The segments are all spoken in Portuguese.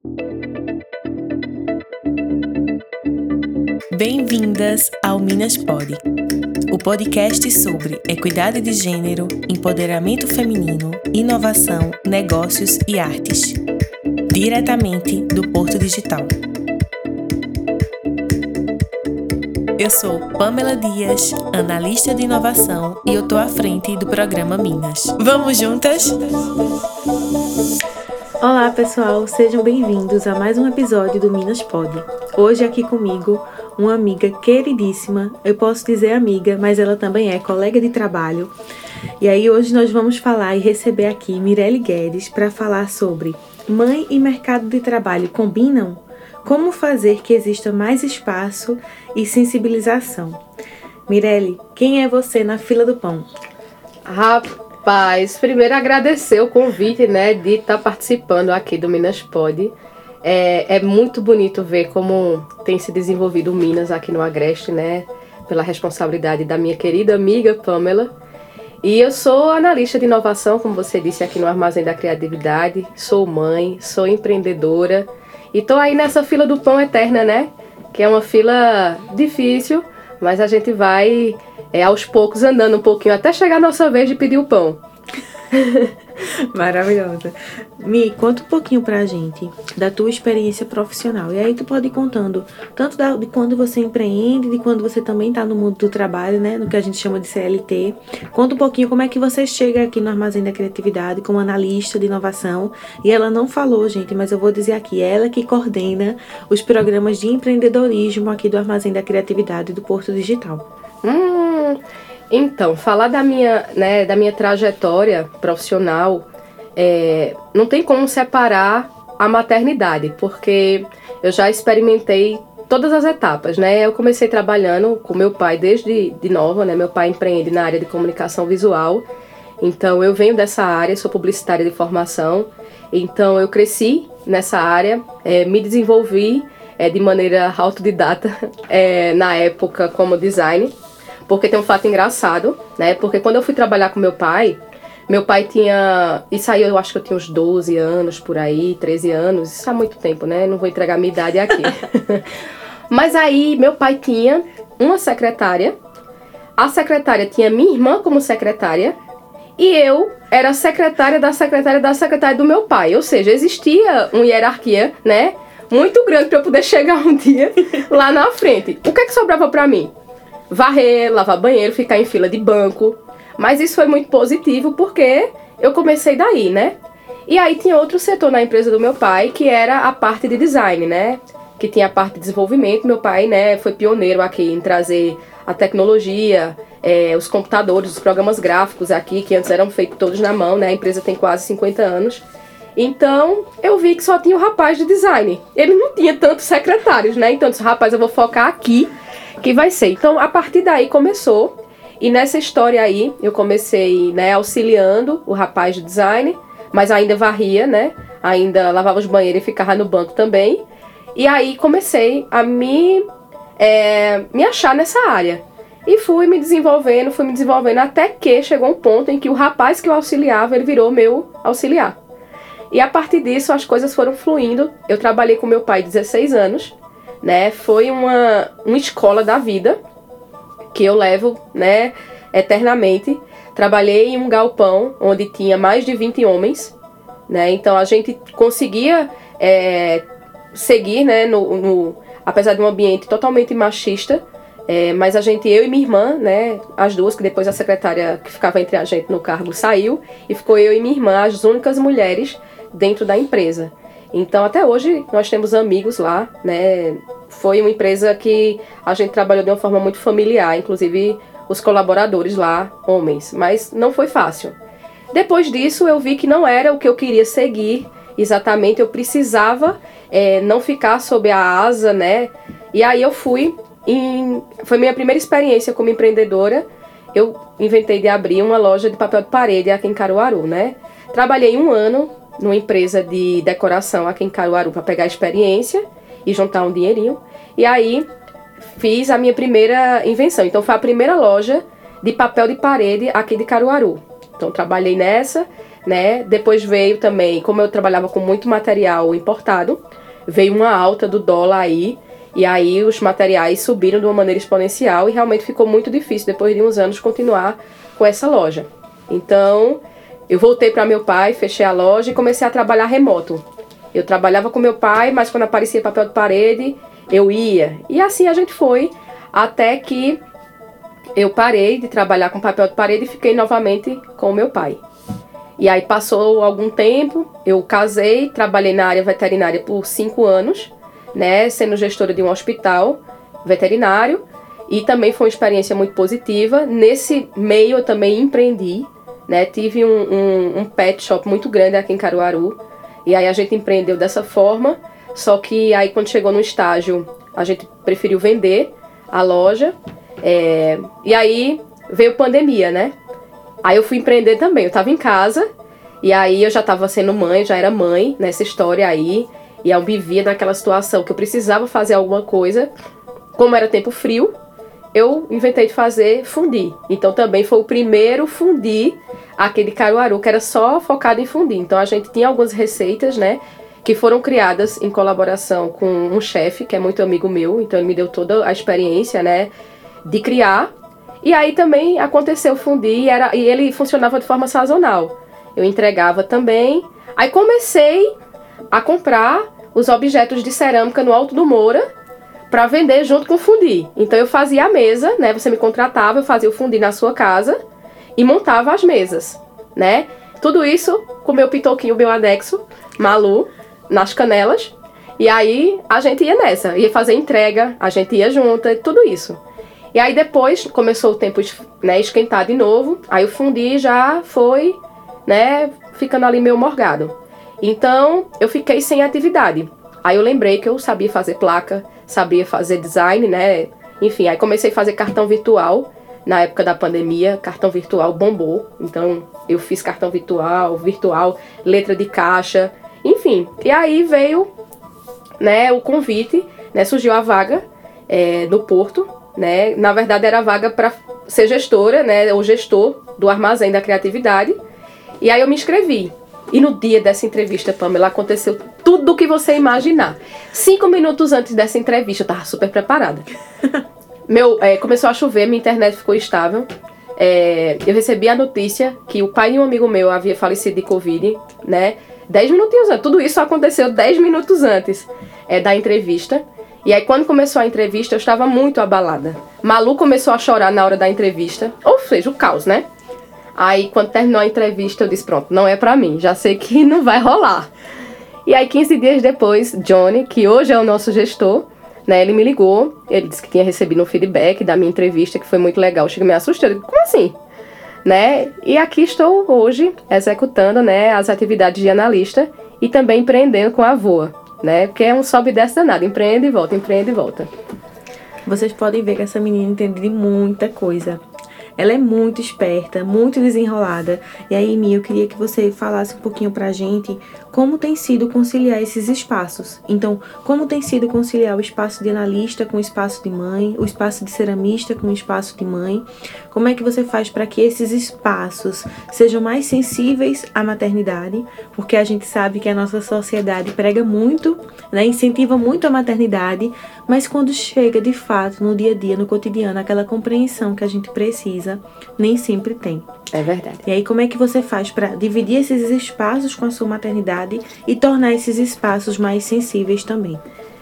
Bem-vindas ao Minas Pod, o podcast sobre equidade de gênero, empoderamento feminino, inovação, negócios e artes, diretamente do Porto Digital. Eu sou Pamela Dias, analista de inovação, e eu estou à frente do programa Minas. Vamos juntas? Olá pessoal, sejam bem-vindos a mais um episódio do Minas Pod. Hoje aqui comigo uma amiga queridíssima, eu posso dizer amiga, mas ela também é colega de trabalho. E aí hoje nós vamos falar e receber aqui Mirelle Guedes para falar sobre mãe e mercado de trabalho combinam? Como fazer que exista mais espaço e sensibilização? Mirelle, quem é você na fila do pão? Rapaz, primeiro agradecer o convite, né, de estar participando aqui do Minas Pod. É muito bonito ver como tem se desenvolvido o Minas aqui no Agreste, né, pela responsabilidade da minha querida amiga Pamela. E eu sou analista de inovação, como você disse, aqui no Armazém da Criatividade. Sou mãe, sou empreendedora e tô aí nessa fila do pão eterna, né, que é uma fila difícil, mas a gente vai aos poucos andando um pouquinho até chegar a nossa vez de pedir o pão. Maravilhosa. Mi, conta um pouquinho pra gente da tua experiência profissional. E aí tu pode ir contando tanto de quando você empreende, de quando você também tá no mundo do trabalho, né? No que a gente chama de CLT. Conta um pouquinho como é que você chega aqui no Armazém da Criatividade como analista de inovação. E ela não falou, gente, mas eu vou dizer aqui, ela que coordena os programas de empreendedorismo aqui do Armazém da Criatividade do Porto Digital. Então, falar da minha trajetória profissional, não tem como separar a maternidade, porque eu já experimentei todas as etapas, né? Eu comecei trabalhando com meu pai desde nova, né? Meu pai empreende na área de comunicação visual, então eu venho dessa área, sou publicitária de formação, então eu cresci nessa área, me desenvolvi de maneira autodidata na época como design. Porque tem um fato engraçado, né? Porque quando eu fui trabalhar com meu pai tinha... Isso aí eu acho que eu tinha uns 12 anos por aí, 13 anos. Isso há muito tempo, né? Não vou entregar a minha idade aqui. Mas aí meu pai tinha uma secretária. A secretária tinha minha irmã como secretária. E eu era secretária da secretária da secretária do meu pai. Ou seja, existia uma hierarquia, né? Muito grande para eu poder chegar um dia lá na frente. O que é que sobrava para mim? Varrer, lavar banheiro, ficar em fila de banco. Mas isso foi muito positivo porque eu comecei daí, né? E aí tinha outro setor na empresa do meu pai, que era a parte de design, né? Que tinha a parte de desenvolvimento. Meu pai, né, foi pioneiro aqui em trazer a tecnologia, os computadores, os programas gráficos aqui, que antes eram feitos todos na mão, né? A empresa tem quase 50 anos. Então, eu vi que só tinha o rapaz de design. Ele não tinha tantos secretários, né? Então, eu disse, rapaz, eu vou focar aqui, que vai ser. Então, a partir daí começou. E nessa história aí, eu comecei, né, auxiliando o rapaz de design, mas ainda varria, né? Ainda lavava os banheiros e ficava no banco também. E aí comecei a me achar nessa área. E fui me desenvolvendo até que chegou um ponto em que o rapaz que eu auxiliava, ele virou meu auxiliar. E a partir disso, as coisas foram fluindo. Eu trabalhei com meu pai 16 anos, né? Foi uma escola da vida que eu levo, né, eternamente. Trabalhei em um galpão onde tinha mais de 20 homens, né? Então a gente conseguia seguir, né, apesar de um ambiente totalmente machista, mas eu e minha irmã, né, as duas, que depois a secretária que ficava entre a gente no cargo saiu, e ficou eu e minha irmã, as únicas mulheres dentro da empresa. Então até hoje nós temos amigos lá, né? Foi uma empresa que a gente trabalhou de uma forma muito familiar, inclusive os colaboradores lá, homens, mas não foi fácil. Depois disso eu vi que não era o que eu queria seguir exatamente, eu precisava não ficar sob a asa, né? E aí eu foi minha primeira experiência como empreendedora. Eu inventei de abrir uma loja de papel de parede aqui em Caruaru, né? Trabalhei 1 ano numa empresa de decoração aqui em Caruaru para pegar experiência e juntar um dinheirinho. E aí fiz a minha primeira invenção. Então foi a primeira loja de papel de parede aqui de Caruaru. Então trabalhei nessa, né? Depois veio também, como eu trabalhava com muito material importado, veio uma alta do dólar aí, e aí os materiais subiram de uma maneira exponencial e realmente ficou muito difícil, depois de uns anos, continuar com essa loja. Então, eu voltei para meu pai, fechei a loja e comecei a trabalhar remoto. Eu trabalhava com meu pai, mas quando aparecia papel de parede, eu ia. E assim a gente foi, até que eu parei de trabalhar com papel de parede e fiquei novamente com o meu pai. E aí passou algum tempo, eu casei, trabalhei na área veterinária por 5 anos, né, sendo gestora de um hospital veterinário, e também foi uma experiência muito positiva. Nesse meio eu também empreendi, né, tive um pet shop muito grande aqui em Caruaru, e aí a gente empreendeu dessa forma, só que aí quando chegou no estágio, a gente preferiu vender a loja, e aí veio pandemia, né? Aí eu fui empreender também, eu estava em casa, e aí eu já estava sendo mãe, já era mãe nessa história aí, e eu me via naquela situação que eu precisava fazer alguma coisa. Como era tempo frio, eu inventei de fazer fundi. Então também foi o primeiro fundi aqui de Caruaru, que era só focado em fundi. Então a gente tinha algumas receitas, né, que foram criadas em colaboração com um chefe, que é muito amigo meu, então ele me deu toda a experiência, né, de criar. E aí também aconteceu o fundi e ele funcionava de forma sazonal. Eu entregava também. Aí comecei a comprar os objetos de cerâmica no Alto do Moura para vender junto com o fundi. Então eu fazia a mesa, né? Você me contratava, eu fazia o fundi na sua casa e montava as mesas, né? Tudo isso com meu pitoquinho, meu anexo, Malu, nas canelas. E aí a gente ia nessa, ia fazer entrega, a gente ia junto, tudo isso. E aí depois começou o tempo, né, esquentar de novo, aí o fundi já foi, né, ficando ali meio morgado. Então eu fiquei sem atividade. Aí eu lembrei que eu sabia fazer placa, sabia fazer design, né, enfim, aí comecei a fazer cartão virtual. Na época da pandemia, cartão virtual bombou, então eu fiz cartão virtual, letra de caixa, enfim. E aí veio, né, o convite, né, surgiu a vaga no Porto, né, na verdade era a vaga para ser gestora, né, ou gestor do Armazém da Criatividade, e aí eu me inscrevi. E no dia dessa entrevista, Pamela, aconteceu tudo o que você imaginar. 5 minutos antes dessa entrevista, eu tava super preparada. Começou a chover, minha internet ficou estável. Eu recebi a notícia que o pai de um amigo meu havia falecido de Covid, né? 10 minutinhos antes. Tudo isso aconteceu 10 minutos antes da entrevista. E aí, quando começou a entrevista, eu estava muito abalada. Malu começou a chorar na hora da entrevista. Ou seja, o caos, né? Aí, quando terminou a entrevista, eu disse, pronto, não é pra mim. Já sei que não vai rolar. E aí, 15 dias depois, Johnny, que hoje é o nosso gestor, né, ele me ligou. Ele disse que tinha recebido um feedback da minha entrevista, que foi muito legal. Eu cheguei meio assustada. Eu disse, como assim? Né? E aqui estou hoje, executando, né, as atividades de analista e também empreendendo com a Voa. Né? Porque é um sobe e desce danado, empreende e volta, empreende e volta. Vocês podem ver que essa menina entende de muita coisa. Ela é muito esperta, muito desenrolada. E aí, Mi, eu queria que você falasse um pouquinho pra gente como tem sido conciliar esses espaços. Então, como tem sido conciliar o espaço de analista com o espaço de mãe, o espaço de ceramista com o espaço de mãe. Como é que você faz para que esses espaços sejam mais sensíveis à maternidade? Porque a gente sabe que a nossa sociedade prega muito, né, incentiva muito a maternidade, mas quando chega de fato no dia a dia, no cotidiano, aquela compreensão que a gente precisa, nem sempre tem. É verdade. E aí, como é que você faz para dividir esses espaços com a sua maternidade e tornar esses espaços mais sensíveis também?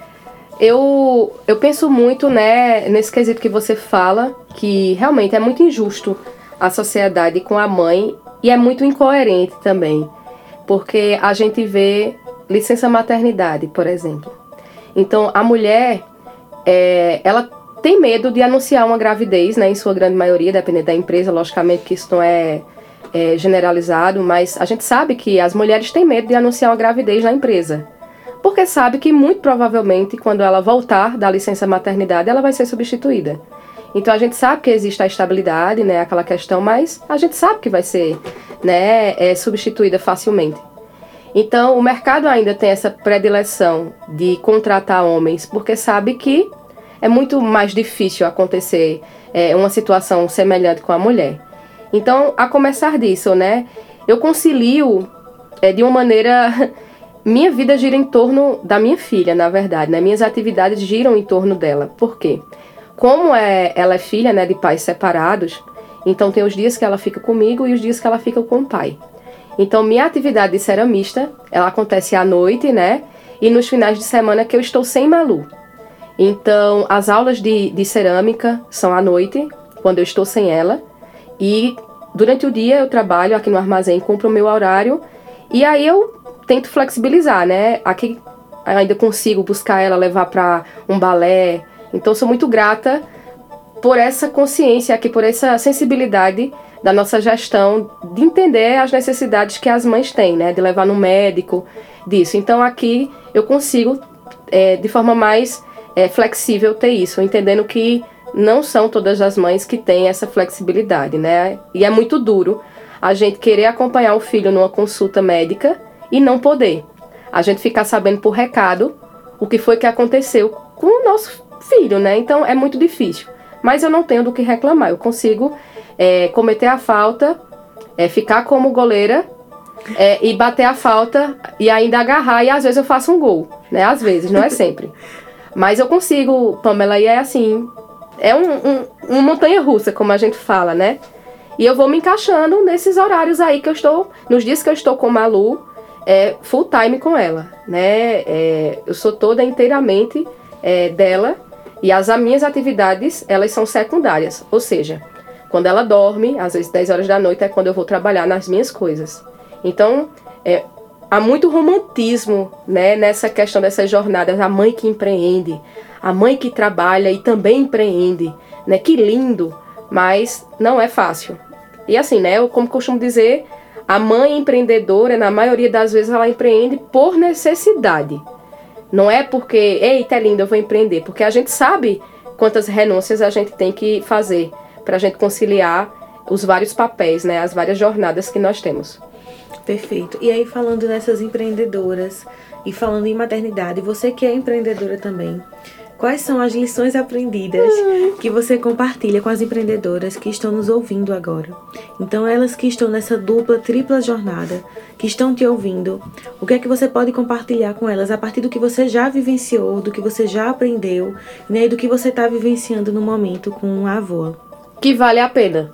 Eu penso muito, né, nesse quesito que você fala, que realmente é muito injusto a sociedade com a mãe e é muito incoerente também, porque a gente vê licença maternidade, por exemplo. Então, a mulher, ela tem medo de anunciar uma gravidez, né, em sua grande maioria, dependendo da empresa, logicamente que isso não é generalizado, mas a gente sabe que as mulheres têm medo de anunciar uma gravidez na empresa, porque sabe que muito provavelmente quando ela voltar da licença maternidade, ela vai ser substituída. Então a gente sabe que existe a estabilidade, né, aquela questão, mas a gente sabe que vai ser, né, substituída facilmente. Então o mercado ainda tem essa predileção de contratar homens, porque sabe que é muito mais difícil acontecer uma situação semelhante com a mulher. Então, a começar disso, né, eu concilio de uma maneira... Minha vida gira em torno da minha filha, na verdade, né? Minhas atividades giram em torno dela. Por quê? Como ela é filha, né, de pais separados, então tem os dias que ela fica comigo e os dias que ela fica com o pai. Então, minha atividade de ceramista, ela acontece à noite, né? E nos finais de semana que eu estou sem Malu. Então, as aulas de cerâmica são à noite, quando eu estou sem ela. E durante o dia eu trabalho aqui no armazém, cumpro o meu horário. E aí eu tento flexibilizar, né? Aqui ainda consigo buscar ela, levar para um balé. Então, sou muito grata por essa consciência aqui, por essa sensibilidade da nossa gestão de entender as necessidades que as mães têm, né? De levar no médico, disso. Então, aqui eu consigo, de forma mais flexível, ter isso, entendendo que não são todas as mães que têm essa flexibilidade, né? E é muito duro a gente querer acompanhar o filho numa consulta médica e não poder. A gente ficar sabendo por recado o que foi que aconteceu com o nosso filho, né? Então é muito difícil. Mas eu não tenho do que reclamar. Eu consigo cometer a falta, ficar como goleira e bater a falta e ainda agarrar. E às vezes eu faço um gol, né? Às vezes, não é sempre. Mas eu consigo, Pamela, e é assim... É uma montanha-russa, como a gente fala, né? E eu vou me encaixando nesses horários aí que eu estou... Nos dias que eu estou com Malu, full time com ela, né? Eu sou toda inteiramente dela. E as minhas atividades, elas são secundárias. Ou seja, quando ela dorme, às vezes 10 horas da noite, é quando eu vou trabalhar nas minhas coisas. Então, há muito romantismo, né, nessa questão dessas jornadas. A mãe que empreende, a mãe que trabalha e também empreende, né? Que lindo, mas não é fácil. E assim, né, eu como costumo dizer, a mãe empreendedora, na maioria das vezes, ela empreende por necessidade. Não é porque, eita, é lindo, eu vou empreender. Porque a gente sabe quantas renúncias a gente tem que fazer para a gente conciliar os vários papéis, né, as várias jornadas que nós temos. Perfeito. E aí, falando nessas empreendedoras e falando em maternidade, você que é empreendedora também, quais são as lições aprendidas que você compartilha com as empreendedoras que estão nos ouvindo agora? Então, elas que estão nessa dupla, tripla jornada, que estão te ouvindo, o que é que você pode compartilhar com elas a partir do que você já vivenciou, do que você já aprendeu, né, e do que você está vivenciando no momento com a avó? Que vale a pena.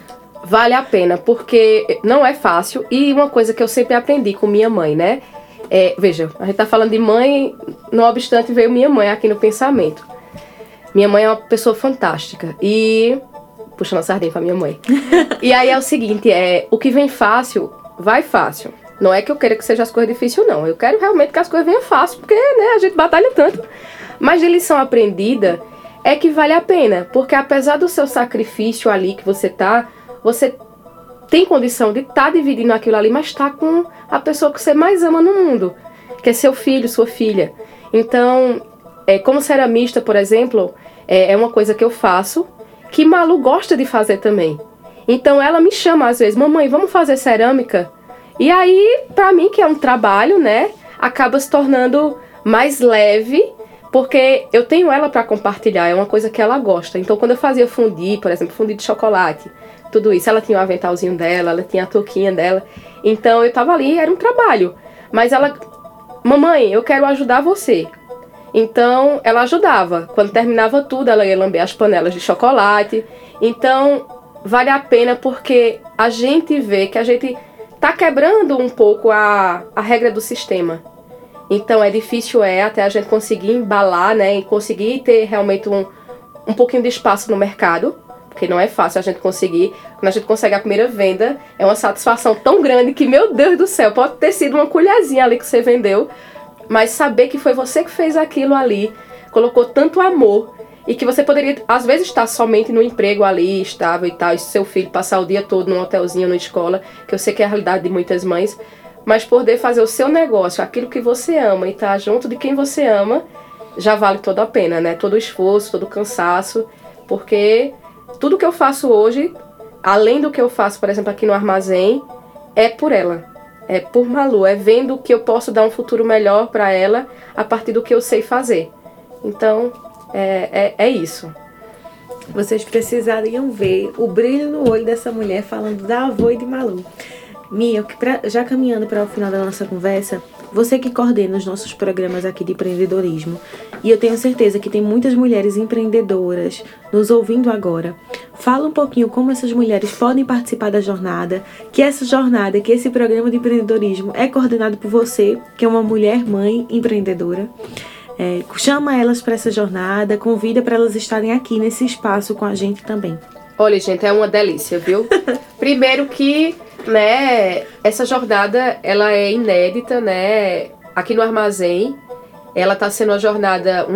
Vale a pena, porque não é fácil. E uma coisa que eu sempre aprendi com minha mãe, né? Veja, a gente tá falando de mãe, não obstante veio minha mãe aqui no pensamento. Minha mãe é uma pessoa fantástica. E... puxando a sardinha pra minha mãe. E aí é o seguinte, o que vem fácil, vai fácil. Não é que eu queira que seja as coisas difíceis, não. Eu quero realmente que as coisas venham fácil, porque, né, a gente batalha tanto. Mas de lição aprendida é que vale a pena. Porque apesar do seu sacrifício ali que você tem condição de estar dividindo aquilo ali, mas está com a pessoa que você mais ama no mundo, que é seu filho, sua filha. Então, como ceramista, por exemplo, é uma coisa que eu faço, que Malu gosta de fazer também. Então, ela me chama às vezes, mamãe, vamos fazer cerâmica? E aí, para mim, que é um trabalho, né, acaba se tornando mais leve, porque eu tenho ela para compartilhar, é uma coisa que ela gosta. Então, quando eu fazia fondue, por exemplo, fondue de chocolate, tudo isso, ela tinha o aventalzinho dela, ela tinha a touquinha dela. Então eu tava ali, era um trabalho. Mas ela, mamãe, eu quero ajudar você. Então ela ajudava. Quando terminava tudo, ela ia lamber as panelas de chocolate. Então vale a pena porque a gente vê que a gente tá quebrando um pouco a regra do sistema. Então é difícil até a gente conseguir embalar, né, e conseguir ter realmente um pouquinho de espaço no mercado. Porque não é fácil a gente conseguir. Quando a gente consegue a primeira venda, é uma satisfação tão grande que, meu Deus do céu, pode ter sido uma colherzinha ali que você vendeu, mas saber que foi você que fez aquilo ali, colocou tanto amor, e que você poderia, às vezes, estar somente no emprego ali, estável e tal, e seu filho passar o dia todo num hotelzinho, numa escola, que eu sei que é a realidade de muitas mães, mas poder fazer o seu negócio, aquilo que você ama, e estar junto de quem você ama, já vale toda a pena, né? Todo o esforço, todo o cansaço, porque... tudo que eu faço hoje, além do que eu faço, por exemplo, aqui no armazém, é por ela. É por Malu, é vendo que eu posso dar um futuro melhor para ela a partir do que eu sei fazer. Então, é isso. Vocês precisariam ver o brilho no olho dessa mulher falando da avó e de Malu. Mia, já caminhando para o final da nossa conversa, você que coordena os nossos programas aqui de empreendedorismo, e eu tenho certeza que tem muitas mulheres empreendedoras nos ouvindo agora, fala um pouquinho como essas mulheres podem participar da jornada, que esse programa de empreendedorismo é coordenado por você, que é uma mulher mãe empreendedora. Chama elas para essa jornada, convida para elas estarem aqui nesse espaço com a gente também. Olha, gente, é uma delícia, viu? Primeiro que, né, essa jornada, ela é inédita, né? Aqui no Armazém, ela está sendo uma jornada,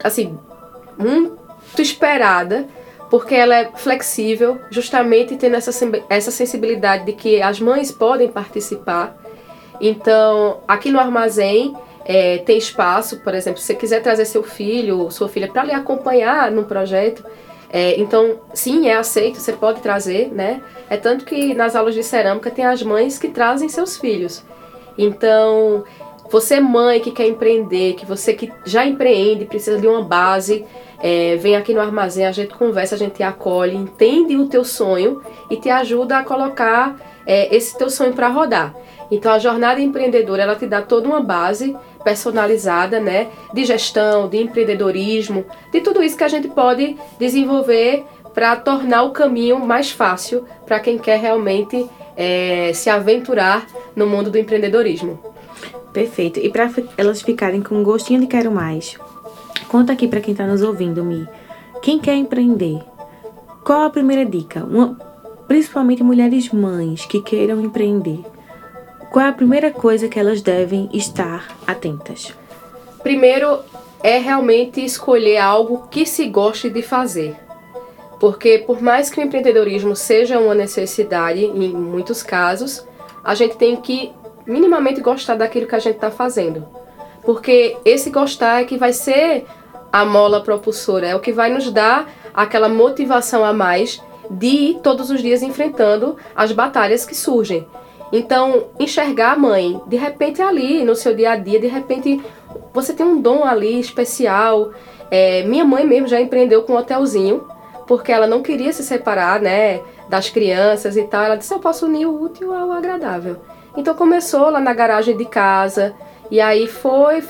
muito esperada, porque ela é flexível, justamente tendo essa sensibilidade de que as mães podem participar. Então, aqui no Armazém, tem espaço, por exemplo, se você quiser trazer seu filho ou sua filha para lhe acompanhar no projeto, então, sim, é aceito, você pode trazer, né? É tanto que nas aulas de cerâmica tem as mães que trazem seus filhos. Então, você mãe que quer empreender, você que já empreende, precisa de uma base, vem aqui no Armazém, a gente conversa, a gente te acolhe, entende o teu sonho e te ajuda a colocar esse teu sonho para rodar. Então, a jornada empreendedora, ela te dá toda uma base personalizada, né, de gestão, de empreendedorismo, de tudo isso que a gente pode desenvolver para tornar o caminho mais fácil para quem quer realmente se aventurar no mundo do empreendedorismo. Perfeito. E para elas ficarem com um gostinho de quero mais, conta aqui para quem está nos ouvindo, Mi. Quem quer empreender? Qual a primeira dica? Principalmente mulheres mães que queiram empreender. Qual é a primeira coisa que elas devem estar atentas? Primeiro, é realmente escolher algo que se goste de fazer. Porque por mais que o empreendedorismo seja uma necessidade, em muitos casos, a gente tem que minimamente gostar daquilo que a gente está fazendo. Porque esse gostar é que vai ser a mola propulsora, é o que vai nos dar aquela motivação a mais de ir todos os dias enfrentando as batalhas que surgem. Então, enxergar a mãe, de repente ali no seu dia a dia, de repente você tem um dom ali especial. Minha mãe mesmo já empreendeu com um hotelzinho, porque ela não queria se separar, né, das crianças e tal. Ela disse, eu posso unir o útil ao agradável. Então começou lá na garagem de casa, e aí foi,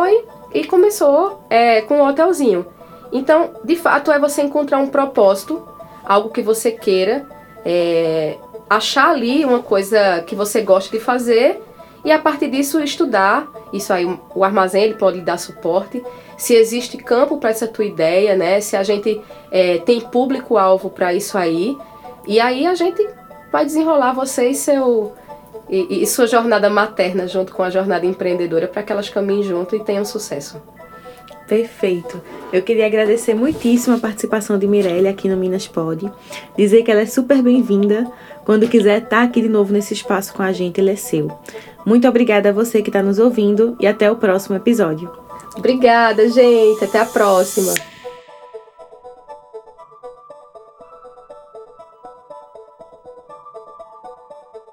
e começou com um hotelzinho. Então, de fato, é você encontrar um propósito, algo que você queira, achar ali uma coisa que você gosta de fazer e a partir disso estudar. Isso aí, o Armazém ele pode lhe dar suporte. Se existe campo para essa tua ideia, né? Se a gente tem público-alvo para isso aí. E aí a gente vai desenrolar você e sua jornada materna junto com a jornada empreendedora para que elas caminhem junto e tenham sucesso. Perfeito. Eu queria agradecer muitíssimo a participação de Mirelle aqui no Minas Pod. Dizer que ela é super bem-vinda. Quando quiser estar aqui de novo nesse espaço com a gente, ele é seu. Muito obrigada a você que está nos ouvindo e até o próximo episódio. Obrigada, gente. Até a próxima.